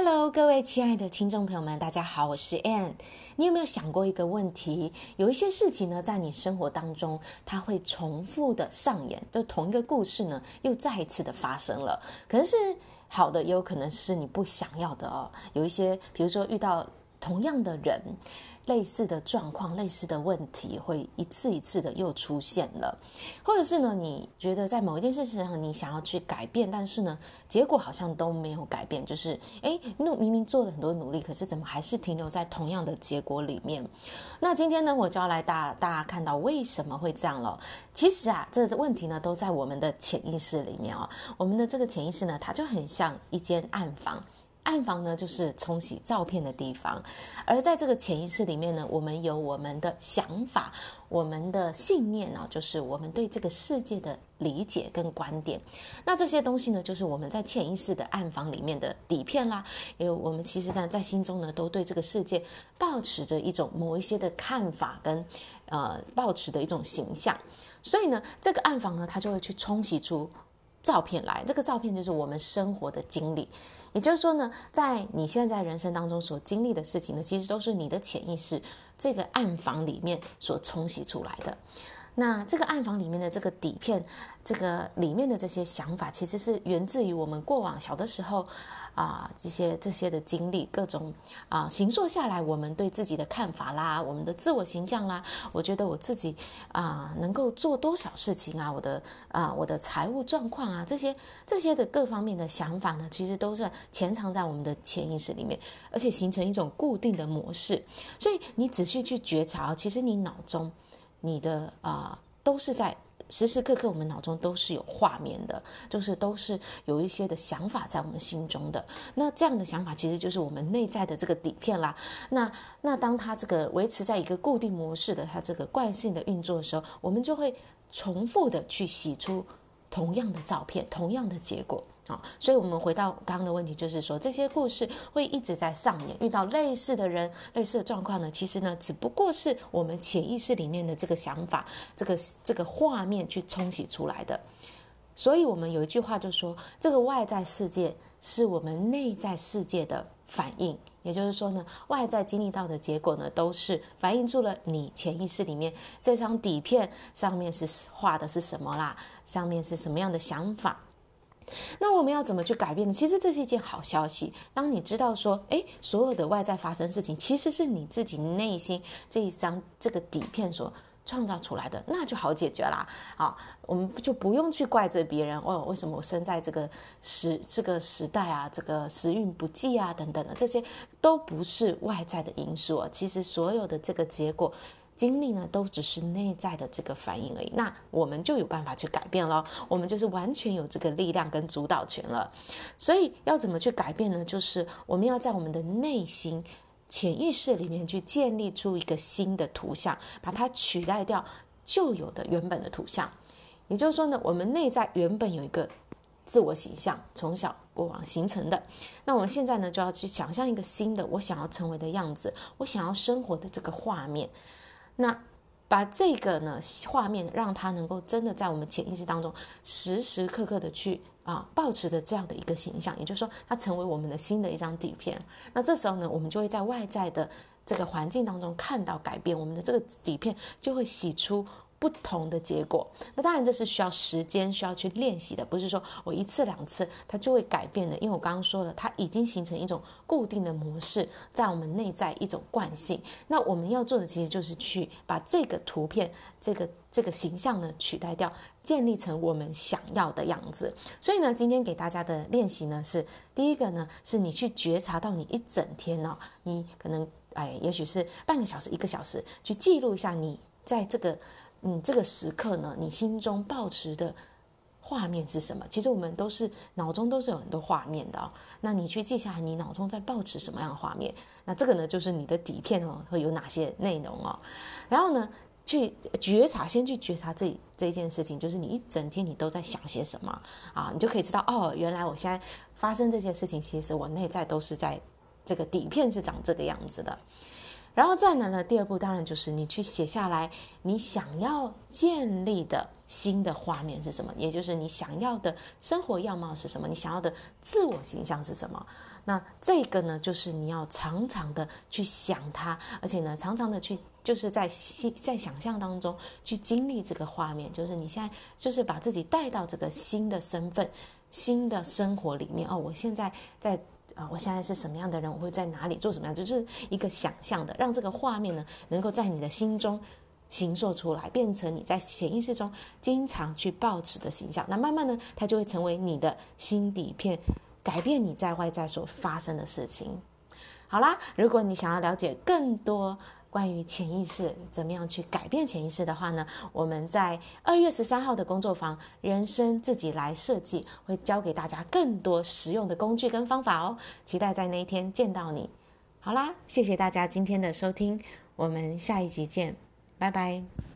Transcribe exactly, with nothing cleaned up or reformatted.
Hello， 各位亲爱的听众朋友们，大家好，我是 Ann。你有没有想过一个问题？有一些事情呢，在你生活当中，它会重复的上演，就同一个故事呢，又再一次的发生了。可能是好的，也有可能是你不想要的哦。有一些，比如说遇到同样的人，类似的状况、类似的问题会一次一次的又出现了，或者是呢，你觉得在某一件事情上你想要去改变，但是呢，结果好像都没有改变，就是哎，明明做了很多努力，可是怎么还是停留在同样的结果里面？那今天呢，我就要来大大家看到为什么会这样了。其实啊，这个问题呢都在我们的潜意识里面哦。我们的这个潜意识呢，它就很像一间暗房。暗房呢，就是冲洗照片的地方，而在这个潜意识里面呢，我们有我们的想法，我们的信念啊，就是我们对这个世界的理解跟观点。那这些东西呢，就是我们在潜意识的暗房里面的底片啦。因为我们其实呢，在心中呢，都对这个世界抱持着一种某一些的看法跟呃，抱持的一种形象。所以呢，这个暗房呢，它就会去冲洗出照片来。这个照片就是我们生活的经历。也就是说呢，在你现在在人生当中所经历的事情呢，其实都是你的潜意识这个暗房里面所冲洗出来的。那这个暗房里面的这个底片，这个里面的这些想法，其实是源自于我们过往小的时候啊、呃，这些这些的经历，各种啊、呃、形塑下来，我们对自己的看法啦，我们的自我形象啦，我觉得我自己啊、呃、能够做多少事情啊，我的啊、呃、我的财务状况啊，这些这些的各方面的想法呢，其实都是潜藏在我们的潜意识里面，而且形成一种固定的模式。所以你仔细去觉察，其实你脑中你的啊、呃、都是在时时刻刻我们脑中都是有画面的，就是都是有一些的想法在我们心中的。那这样的想法其实就是我们内在的这个底片啦。那那当它这个维持在一个固定模式的它这个惯性的运作的时候，我们就会重复的去洗出同样的照片，同样的结果。哦、所以我们回到刚刚的问题，就是说这些故事会一直在上演，遇到类似的人、类似的状况呢，其实呢，只不过是我们潜意识里面的这个想法、这个这个画面去冲洗出来的。所以我们有一句话就说，这个外在世界是我们内在世界的反应。也就是说呢，外在经历到的结果呢，都是反映出了你潜意识里面这张底片上面是画的是什么啦，上面是什么样的想法。那我们要怎么去改变呢？其实这是一件好消息。当你知道说，哎，所有的外在发生事情，其实是你自己内心这一张这个底片所创造出来的，那就好解决啦。啊，我们就不用去怪罪别人哦，为什么我生在这个时这个时代啊，这个时运不济啊，等等的，这些都不是外在的因素啊。其实所有的这个结果。经历呢，都只是内在的这个反应而已。那我们就有办法去改变了，我们就是完全有这个力量跟主导权了。所以要怎么去改变呢？就是我们要在我们的内心、潜意识里面去建立出一个新的图像，把它取代掉旧有的原本的图像。也就是说呢，我们内在原本有一个自我形象，从小过往形成的。那我们现在呢，就要去想象一个新的我想要成为的样子，我想要生活的这个画面。那把这个呢画面让它能够真的在我们潜意识当中时时刻刻的去啊抱持着这样的一个形象，也就是说它成为我们的新的一张底片。那这时候呢，我们就会在外在的这个环境当中看到改变，我们的这个底片就会洗出不同的结果。那当然这是需要时间需要去练习的，不是说我一次两次它就会改变的。因为我刚刚说了，它已经形成一种固定的模式，在我们内在一种惯性。那我们要做的其实就是去把这个图片这个这个形象呢取代掉，建立成我们想要的样子。所以呢，今天给大家的练习呢是第一个呢，是你去觉察到你一整天哦，你可能哎，也许是半个小时一个小时，去记录一下你在这个嗯，这个时刻呢，你心中抱持的画面是什么？其实我们都是脑中都是有很多画面的哦。那你去记下来，你脑中在抱持什么样的画面？那这个呢，就是你的底片哦，会有哪些内容哦？然后呢，去觉察，先去觉察这这件事情，就是你一整天你都在想些什么啊？你就可以知道哦，原来我现在发生这件事情，其实我内在都是在这个底片是长这个样子的。 然后再来呢，第二步当然就是你去写下来你想要建立的新的画面是什么，也就是你想要的生活样貌是什么，你想要的自我形象是什么。那这个呢，就是你要常常的去想它，而且呢，常常的去就是在在想象当中去经历这个画面，就是你现在就是把自己带到这个新的身份、新的生活里面哦。我现在在啊、呃，我现在是什么样的人？我会在哪里做什么样？就是一个想象的，让这个画面呢，能够在你的心中形塑出来，变成你在潜意识中经常去抱持的形象。那慢慢呢，它就会成为你的心底片，改变你在外在所发生的事情。好啦，如果你想要了解更多关于潜意识怎么样去改变潜意识的话呢，我们在二月十三号的工作坊人生自己来设计，会教给大家更多实用的工具跟方法哦，期待在那一天见到你。好啦，谢谢大家今天的收听，我们下一集见，拜拜。